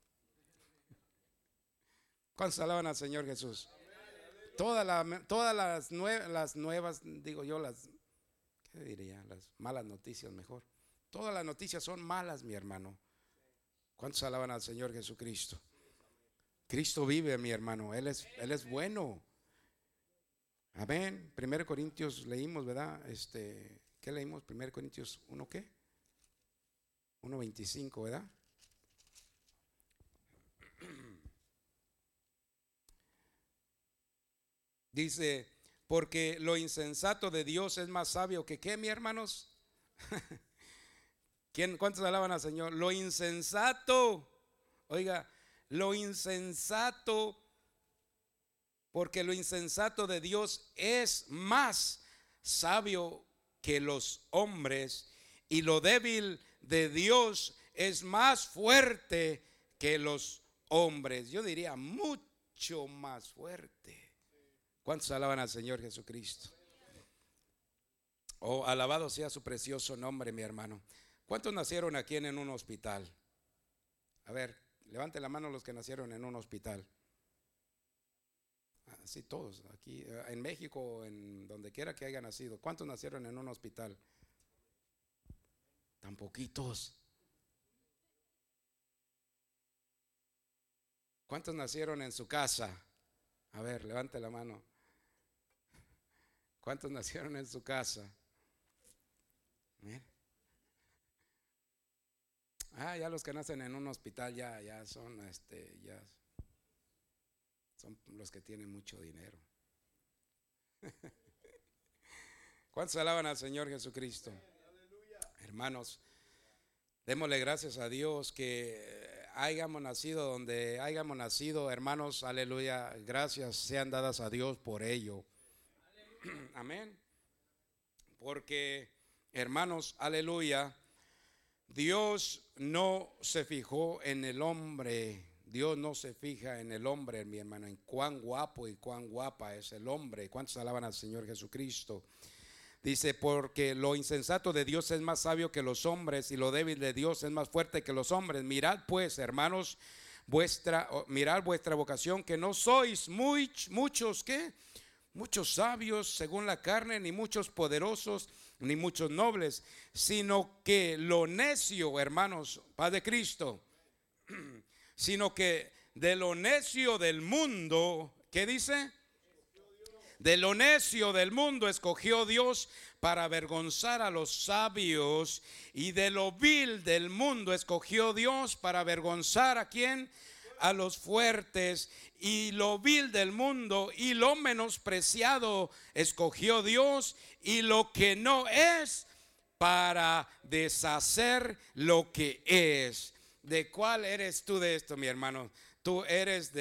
¿Cuántos alaban al Señor Jesús? Todas las nuevas, digo yo, ¿qué diría? Las malas noticias mejor. Todas las noticias son malas, mi hermano. ¿Cuántos alaban al Señor Jesucristo? Cristo vive, mi hermano. Él es bueno. Amén. 1 Corintios leímos, ¿verdad? ¿Qué leímos? 1 Corintios 1, ¿qué? 1:25, ¿verdad? Dice: porque lo insensato de Dios es más sabio que ¿qué, mi hermanos? ¿Cuántos alaban al Señor? Lo insensato, oiga, lo insensato, porque lo insensato de Dios es más sabio que los hombres, y lo débil de Dios es más fuerte que los hombres. Yo diría mucho mucho más fuerte. ¿Cuántos alaban al Señor Jesucristo? Oh, alabado sea su precioso nombre, mi hermano. ¿Cuántos nacieron aquí en un hospital? A ver, levante la mano los que nacieron en un hospital. Sí, todos, aquí en México, en donde quiera que haya nacido. ¿Cuántos nacieron en un hospital? Tan poquitos. ¿Cuántos nacieron en su casa? A ver, levante la mano. ¿Cuántos nacieron en su casa? Mira. Ya los que nacen en un hospital ya son ya son los que tienen mucho dinero. ¿Cuántos alaban al Señor Jesucristo? Hermanos, démosle gracias a Dios que hayamos nacido donde hayamos nacido, hermanos, aleluya. Gracias sean dadas a Dios por ello. Amén. Porque, hermanos, aleluya, Dios no se fijó en el hombre. Dios no se fija en el hombre, mi hermano, en cuán guapo y cuán guapa es el hombre. ¿Cuántos alaban al Señor Jesucristo? Dice, porque lo insensato de Dios es más sabio que los hombres, y lo débil de Dios es más fuerte que los hombres. Mirad pues, hermanos, mirad vuestra vocación, que no sois muchos, ¿qué? Muchos sabios según la carne, ni muchos poderosos, ni muchos nobles, sino que lo necio, hermanos, paz de Cristo, sino que de lo necio del mundo, ¿qué dice? De lo necio del mundo escogió Dios para avergonzar a los sabios, y de lo vil del mundo escogió Dios para avergonzar ¿a quién? A los fuertes. Y lo vil del mundo y lo menospreciado escogió Dios, y lo que no es, para deshacer lo que es. ¿De cuál eres tú de esto, mi hermano? Tú eres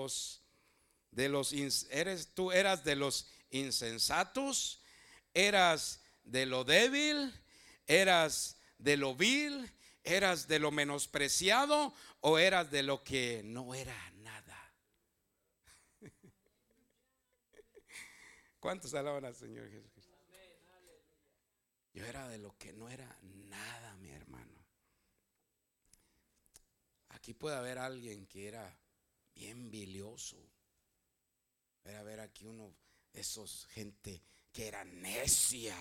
tú eras de los insensatos, eras de lo débil, eras de lo vil, eras de lo menospreciado, o eras de lo que no era nada. ¿Cuántos alaban al Señor Jesucristo? Yo era de lo que no era nada, mi hermano. Aquí puede haber alguien que era bien bilioso. Era ver aquí uno de esos gente que era necia.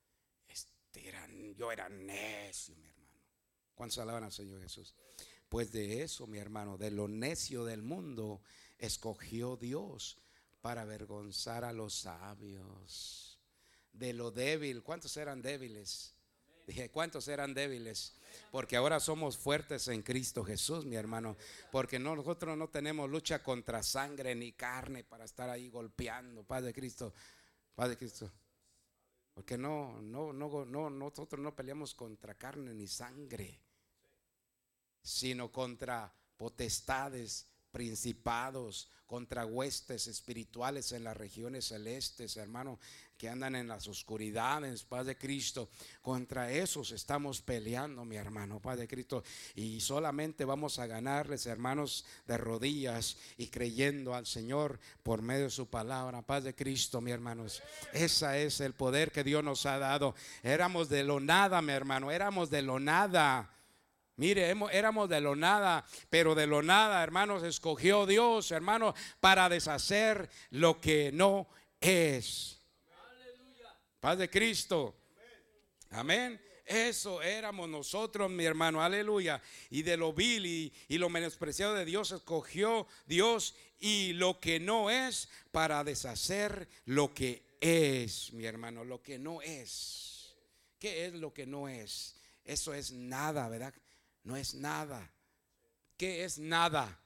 Yo era necio, mi hermano. ¿Cuántos alaban al Señor Jesús? Pues de eso, mi hermano, de lo necio del mundo escogió Dios para avergonzar a los sabios. De lo débil, ¿cuántos eran débiles? Dije, ¿cuántos eran débiles? Porque ahora somos fuertes en Cristo Jesús, mi hermano. Porque nosotros no tenemos lucha contra sangre ni carne para estar ahí golpeando. Padre Cristo, Padre Cristo. Porque nosotros no peleamos contra carne ni sangre, sino contra potestades, principados, contra huestes espirituales en las regiones celestes, hermano, que andan en las oscuridades, paz de Cristo. Contra esos estamos peleando, mi hermano, paz de Cristo. Y solamente vamos a ganarles, hermanos, de rodillas y creyendo al Señor por medio de su palabra, paz de Cristo, mi hermanos. Ese es el poder que Dios nos ha dado. Éramos de lo nada, mi hermano, éramos de lo nada. Mire, éramos de lo nada, pero de lo nada, hermanos, escogió Dios, hermanos, para deshacer lo que no es. Aleluya. Paz de Cristo. Amén. Eso éramos nosotros, mi hermano, aleluya. Y de lo vil y lo menospreciado de Dios escogió Dios, y lo que no es, para deshacer lo que es, mi hermano, lo que no es. ¿Qué es lo que no es? Eso es nada, ¿verdad? No es nada. ¿Qué es nada?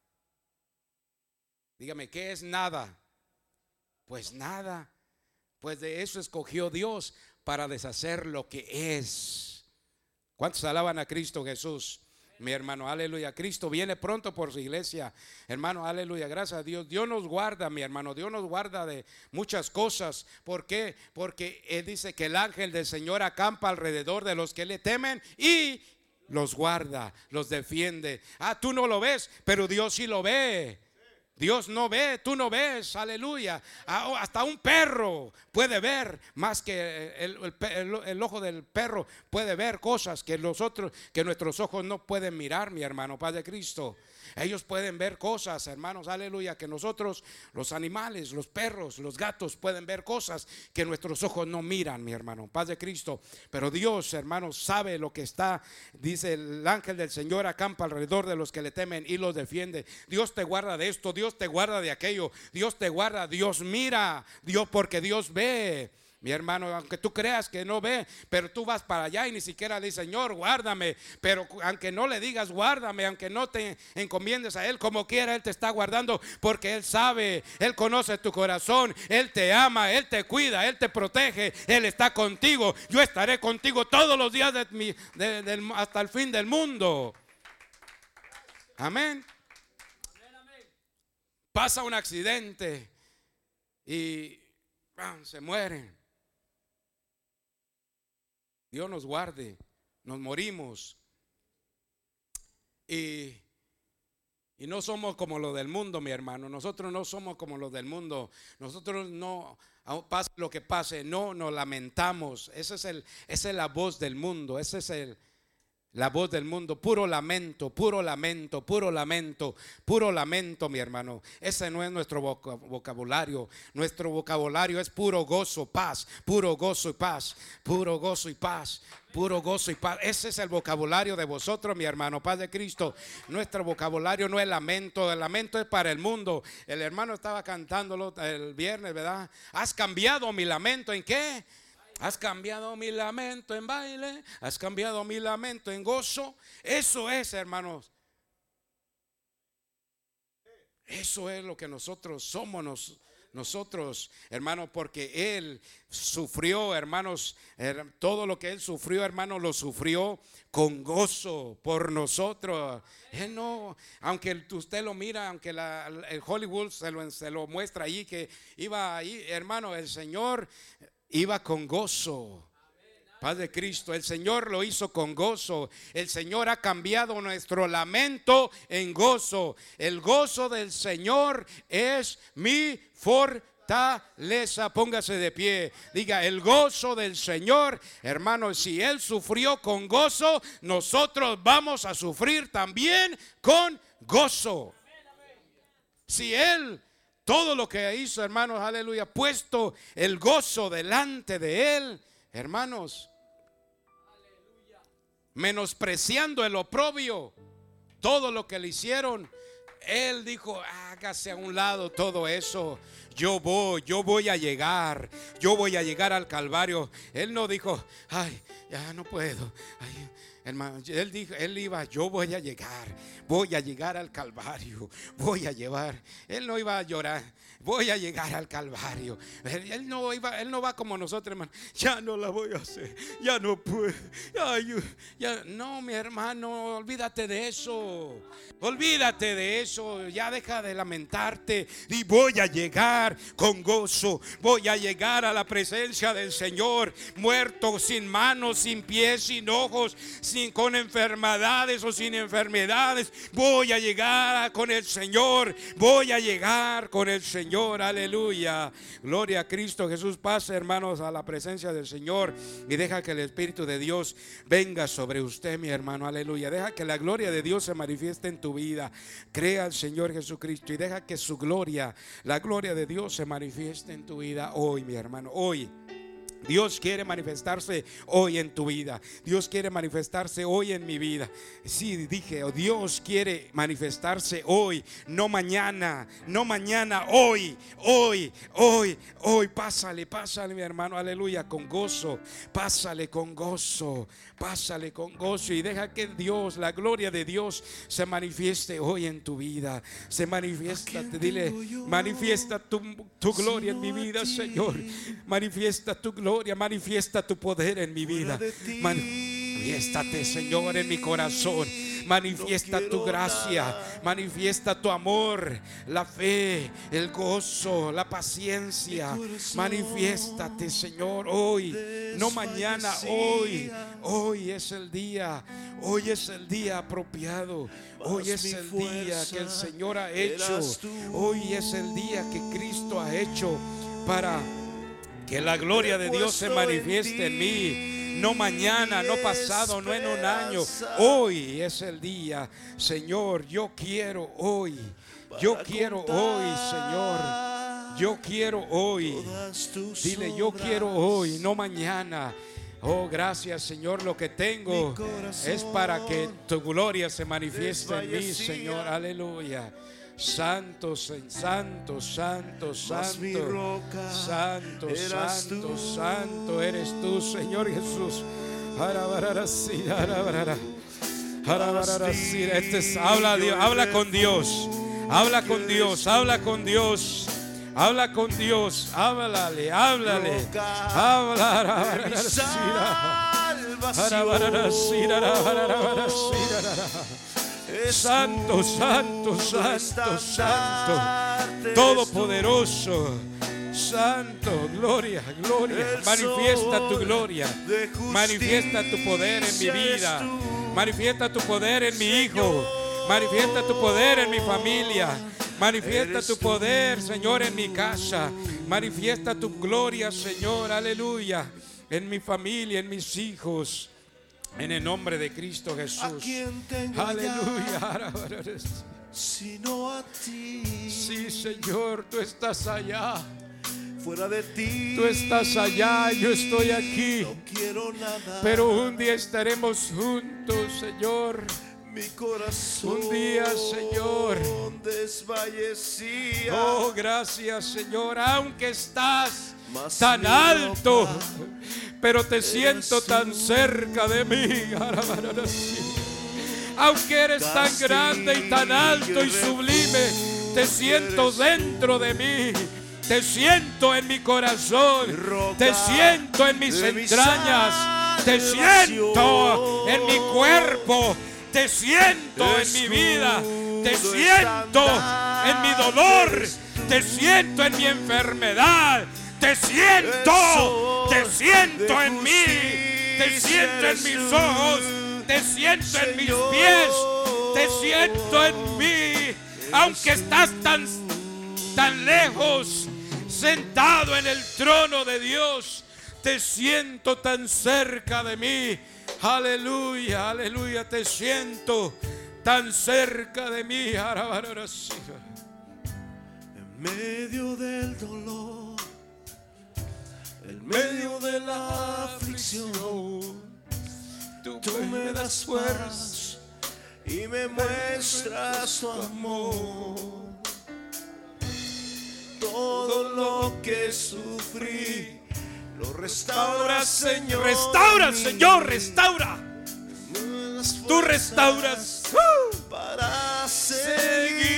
Dígame, ¿qué es nada? Pues nada. Pues de eso escogió Dios para deshacer lo que es. ¿Cuántos alaban a Cristo Jesús? Mi hermano, aleluya. Cristo viene pronto por su iglesia, hermano, aleluya. Gracias a Dios. Dios nos guarda, mi hermano. Dios nos guarda de muchas cosas. ¿Por qué? Porque Él dice que el ángel del Señor acampa alrededor de los que le temen y los guarda, los defiende. Tú no lo ves, pero Dios sí lo ve. Dios no ve, tú no ves, aleluya. Hasta un perro puede ver más que el ojo del perro puede ver cosas que nuestros ojos no pueden mirar, mi hermano, paz de Cristo. Ellos pueden ver cosas, hermanos, aleluya, que nosotros, los animales, los perros, los gatos, pueden ver cosas que nuestros ojos no miran, mi hermano, paz de Cristo. Pero Dios, hermanos, sabe lo que está. Dice: el ángel del Señor acampa alrededor de los que le temen y los defiende. Dios te guarda de esto, Dios te guarda de aquello, Dios te guarda, Dios mira, Dios, porque Dios ve. Mi hermano, aunque tú creas que no ve, pero tú vas para allá y ni siquiera le dices: Señor, guárdame. Pero aunque no le digas guárdame, aunque no te encomiendes a Él, como quiera, Él te está guardando, porque Él sabe, Él conoce tu corazón, Él te ama, Él te cuida, Él te protege, Él está contigo. Yo estaré contigo todos los días hasta el fin del mundo. Amén. Pasa un accidente y se mueren. Dios nos guarde, nos morimos y no somos como los del mundo, mi hermano. Nosotros no somos como los del mundo. Nosotros no, pase lo que pase, no nos lamentamos. Esa es la voz del mundo. Esa es la voz del mundo, puro lamento, puro lamento, puro lamento, puro lamento, mi hermano. Ese no es nuestro vocabulario. Nuestro vocabulario es puro gozo, paz, puro gozo y paz, puro gozo y paz, puro gozo y paz. Ese es el vocabulario de vosotros, mi hermano, paz de Cristo. Nuestro vocabulario no es lamento. El lamento es para el mundo. El hermano estaba cantándolo el viernes, ¿verdad? Has cambiado mi lamento, ¿en qué? Has cambiado mi lamento en baile, has cambiado mi lamento en gozo. Eso es, hermanos. Eso es lo que nosotros somos. Nosotros, hermanos, porque Él sufrió, hermanos, todo lo que Él sufrió, hermanos, lo sufrió con gozo por nosotros. Él no, aunque usted lo mira, aunque el Hollywood se lo muestra ahí, que iba ahí, hermano, el Señor iba con gozo. Paz de Cristo, el Señor lo hizo con gozo. El Señor ha cambiado nuestro lamento en gozo. El gozo del Señor es mi fortaleza. Póngase de pie, diga: el gozo del Señor. Hermano, si Él sufrió con gozo, nosotros vamos a sufrir también con gozo. Si Él, todo lo que hizo, hermanos, aleluya, puesto el gozo delante de Él, hermanos, menospreciando el oprobio, todo lo que le hicieron, Él dijo: hágase a un lado todo eso. Yo voy a llegar al Calvario. Él no dijo: ay, ya no puedo. Ay, hermano, Él dijo, yo voy a llegar al Calvario, voy a llevar. Él no iba a llorar: voy a llegar al Calvario. Él no va como nosotros, hermano. Ya no la voy a hacer, ya no puedo. Ay, no, mi hermano, olvídate de eso. Olvídate de eso. Ya deja de lamentarte y voy a llegar con gozo. Voy a llegar a la presencia del Señor, muerto, sin manos, sin pies, sin ojos, con enfermedades o sin enfermedades. Voy a llegar con el Señor. Voy a llegar con el Señor. Aleluya. Gloria a Cristo Jesús. Pase, hermanos, a la presencia del Señor y deja que el Espíritu de Dios venga sobre usted, mi hermano. Aleluya. Deja que la gloria de Dios se manifieste en tu vida. Crea al Señor Jesucristo y deja que su gloria, la gloria de Dios, se manifieste en tu vida hoy, mi hermano. Hoy Dios quiere manifestarse hoy en tu vida. Dios quiere manifestarse hoy en mi vida. Sí, dije, Dios quiere manifestarse hoy, no mañana, hoy. Pásale, mi hermano, aleluya, con gozo. Pásale con gozo y deja que Dios, la gloria de Dios, se manifieste hoy en tu vida. Se manifiesta, dile: manifiesta tu gloria en mi vida, Señor. Manifiesta tu gloria, manifiesta tu poder en mi vida. Manifiéstate, Señor, en mi corazón. Manifiesta tu gracia, manifiesta tu amor, la fe, el gozo, la paciencia. Manifiéstate, Señor, hoy, no mañana, hoy. Hoy es el día, hoy es el día apropiado. Hoy es el día que el Señor ha hecho. Hoy es el día que Cristo ha hecho para que la gloria de Dios se manifieste en mí. No mañana, no pasado, no en un año. Hoy es el día. Señor, yo quiero hoy. Yo quiero hoy, Señor. Yo quiero hoy. Dile, yo quiero hoy, no mañana. Oh, gracias, Señor. Lo que tengo es para que tu gloria se manifieste en mí, Señor. Aleluya. Santo, santo, santo, santo, santo, santo, santo eres tú, Señor Jesús. Habla, Dios, habla con Dios, habla con Dios, habla con Dios, habla con Dios, háblale, háblale, Santo, santo, santo, santo, todopoderoso, santo, gloria, gloria. Manifiesta tu gloria, manifiesta tu poder en mi vida, manifiesta tu poder en mi hijo, manifiesta tu poder en mi familia, manifiesta tu poder, Señor, en mi casa, manifiesta tu gloria, Señor, aleluya, en mi familia, en mis hijos. En el nombre de Cristo Jesús. Aleluya. Sino a ti. Sí, Señor, tú estás allá. Fuera de ti. Tú estás allá, yo estoy aquí. No quiero nada. Pero un día estaremos juntos, Señor. Mi corazón un día, Señor, desfallecía. Oh, gracias, Señor. Aunque estás tan alto, pero te siento tan cerca de mí. Aunque eres tan grande y tan alto y sublime, te siento dentro de mí. Te siento en mi corazón. Te siento en mis entrañas. Te siento en mi cuerpo. Te siento en mi vida. Te siento en mi dolor. Te siento en mi enfermedad. Te siento en mí, te siento en mis ojos, te siento en mis pies, te siento en mí, aunque estás tan lejos, sentado en el trono de Dios, te siento tan cerca de mí. Aleluya, aleluya, te siento tan cerca de mí. En medio del dolor, en medio de la aflicción, tú me das fuerzas y me muestras tu amor. Todo lo que sufrí lo restauras, Señor. Restaura, Señor, restaura. Tú restauras para seguir.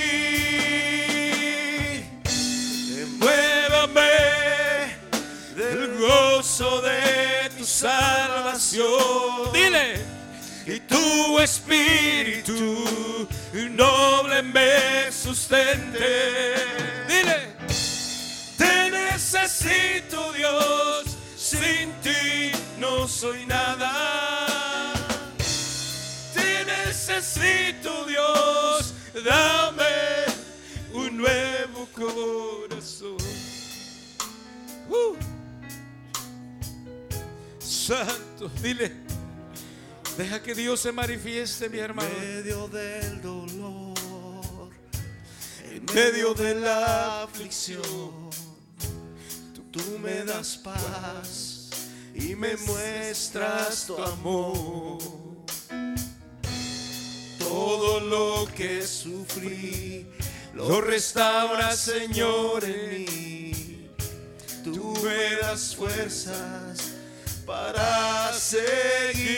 Muévame del gozo de tu salvación. Dile. Y tu espíritu noble me sustente. Dile. Te necesito, Dios, sin ti no soy nada. Te necesito, Dios, dame un nuevo corazón. Santo, dile. Deja que Dios se manifieste, mi hermano. En medio del dolor, en medio de la aflicción, tú me das paz y me muestras tu amor. Todo lo que sufrí lo restauras, Señor, en mí. Tú me das fuerzas para seguir.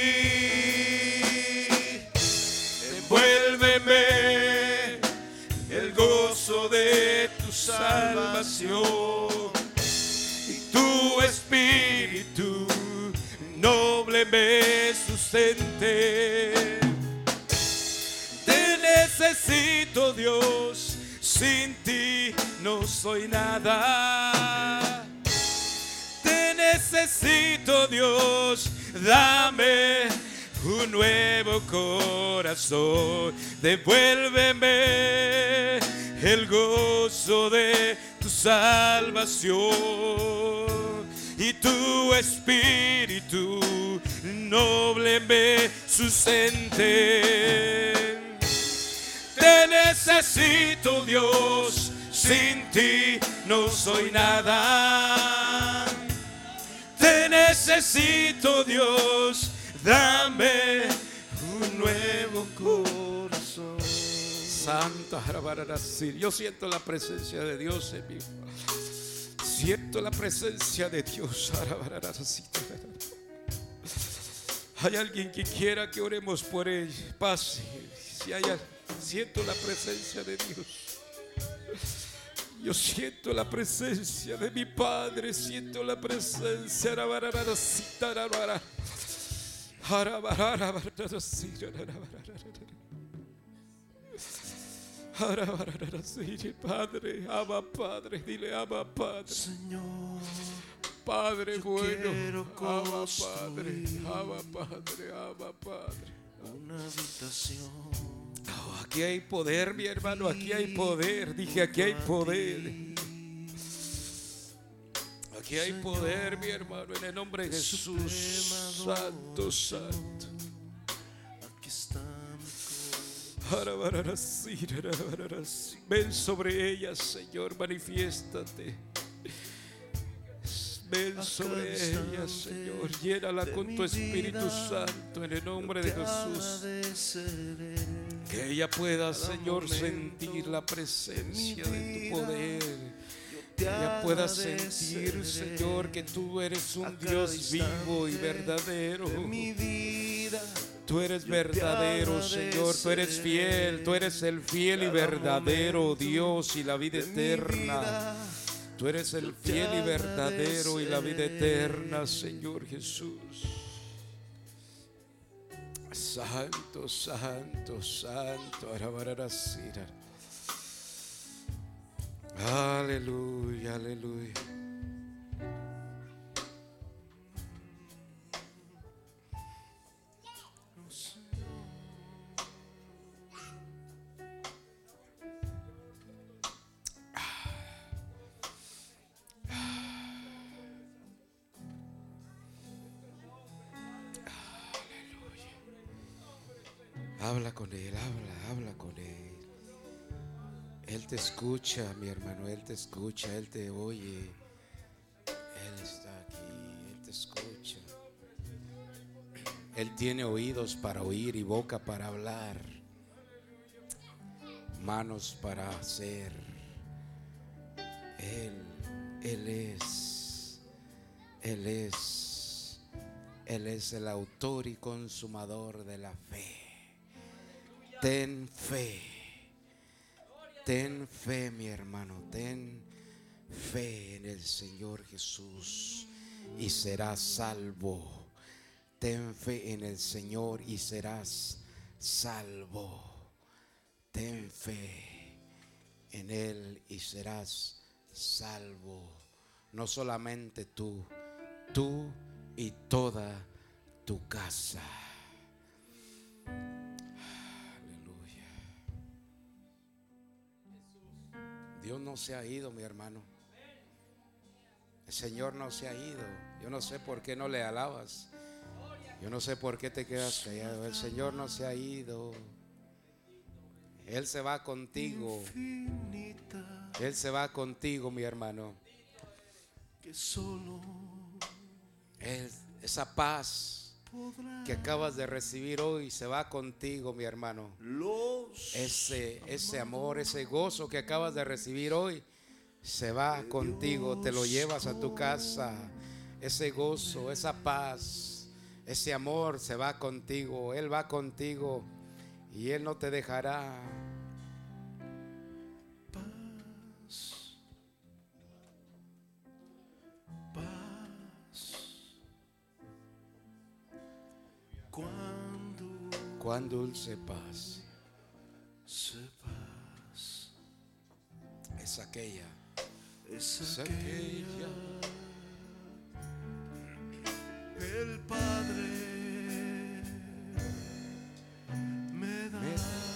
Envuélveme el gozo de tu salvación y tu espíritu noble me sustenta. presente. Te necesito, Dios, sin ti no soy nada. Te necesito, Dios, dame un nuevo corazón. Devuélveme el gozo de tu salvación, y tu espíritu noble me sustente. Te necesito, Dios, sin ti no soy nada. Te necesito, Dios, dame un nuevo corazón. Santo, yo siento la presencia de Dios en mí. Siento la presencia de Dios. Hay alguien que quiera que oremos por él. Pase. Si hay, siento la presencia de Dios. Yo siento la presencia de mi Padre. Siento la presencia. Padre, ama Padre, dile ama Padre. Señor, Padre bueno, quiero ama Padre, construir ama Padre, ama Padre. una habitación. Oh, aquí hay poder, mi hermano, aquí hay poder. Dije, aquí hay poder. Aquí hay poder, mi hermano, en el nombre de Jesús. Santo, santo. Aquí está mi Ven sobre ella, Señor, manifiéstate. Ven sobre ella, Señor, llénala con tu Espíritu Santo en el nombre de Jesús. Que ella pueda, Señor, sentir la presencia de tu poder. Que ella pueda sentir, Señor, que tú eres un Dios vivo y verdadero. Tú eres verdadero, Señor, tú eres fiel, tú eres el fiel y verdadero Dios y la vida eterna. Tú eres el fiel y verdadero y la vida eterna, Señor Jesús. Santo, santo, santo. Aleluya, aleluya. Habla con Él, habla con Él. Él te escucha, mi hermano, Él te escucha, Él te oye. Él está aquí, Él te escucha. Él tiene oídos para oír y boca para hablar, manos para hacer. Él es el autor y consumador de la fe. Ten fe, mi hermano, ten fe en el Señor Jesús y serás salvo. Ten fe en el Señor y serás salvo. Ten fe en Él y serás salvo. No solamente tú y toda tu casa. Dios no se ha ido, mi hermano. El Señor no se ha ido. Yo no sé por qué no le alabas. Yo no sé por qué te quedas callado. El Señor no se ha ido. Él se va contigo. Él se va contigo, mi hermano. Esa paz que acabas de recibir hoy se va contigo, mi hermano. Ese amor, ese gozo que acabas de recibir hoy se va contigo, te lo llevas a tu casa. Ese gozo, esa paz, ese amor se va contigo. Él va contigo y Él no te dejará. Paz. Cuán dulce paz sepas, es aquella, es aquella, el Padre me da.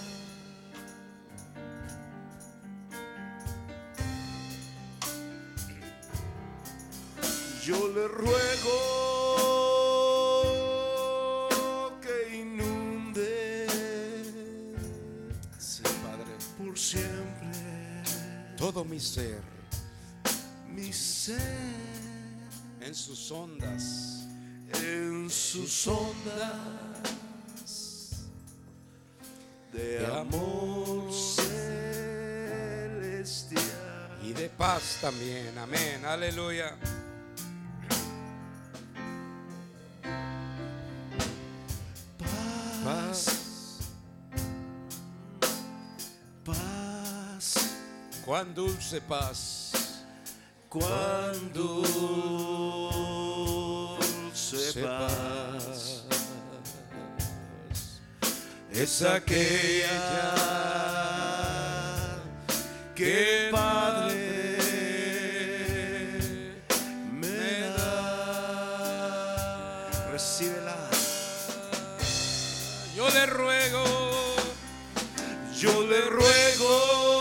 Yo le ruego que inunde, sí, Padre, por siempre todo mi ser mi ser, en sus ondas, en sus ondas de amor celestial y de paz también. Amén, aleluya. paz, paz, Cuán dulce paz, cuán dulce paz es aquella que el Padre me da. Recíbela. yo le ruego, Yo le ruego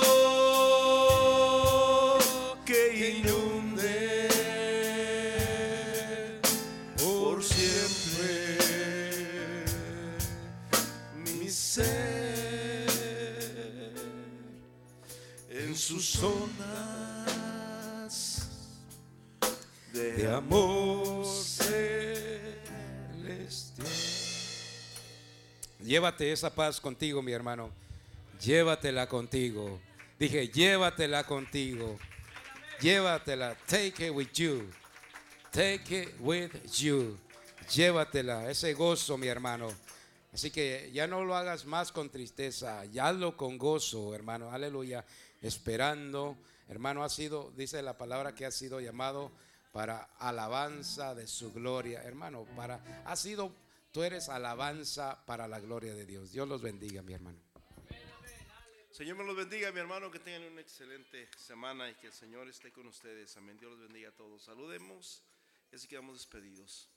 que inunde por siempre mi ser en sus ondas de amor celestial. llévate esa paz contigo, mi hermano. Llévatela contigo. Dije, llévatela contigo. Llévatela. Take it with you. Take it with you. Llévatela. Ese gozo, mi hermano. Así que ya no lo hagas más con tristeza. Ya hazlo con gozo, hermano. Aleluya. Esperando. Hermano, ha sido, dice la palabra, que ha sido llamado para alabanza de su gloria. Hermano, tú eres alabanza para la gloria de Dios. Dios los bendiga, mi hermano. Señor me los bendiga, mi hermano, que tengan una excelente semana y que el Señor esté con ustedes. Amén. Dios los bendiga a todos. Saludemos y así quedamos despedidos.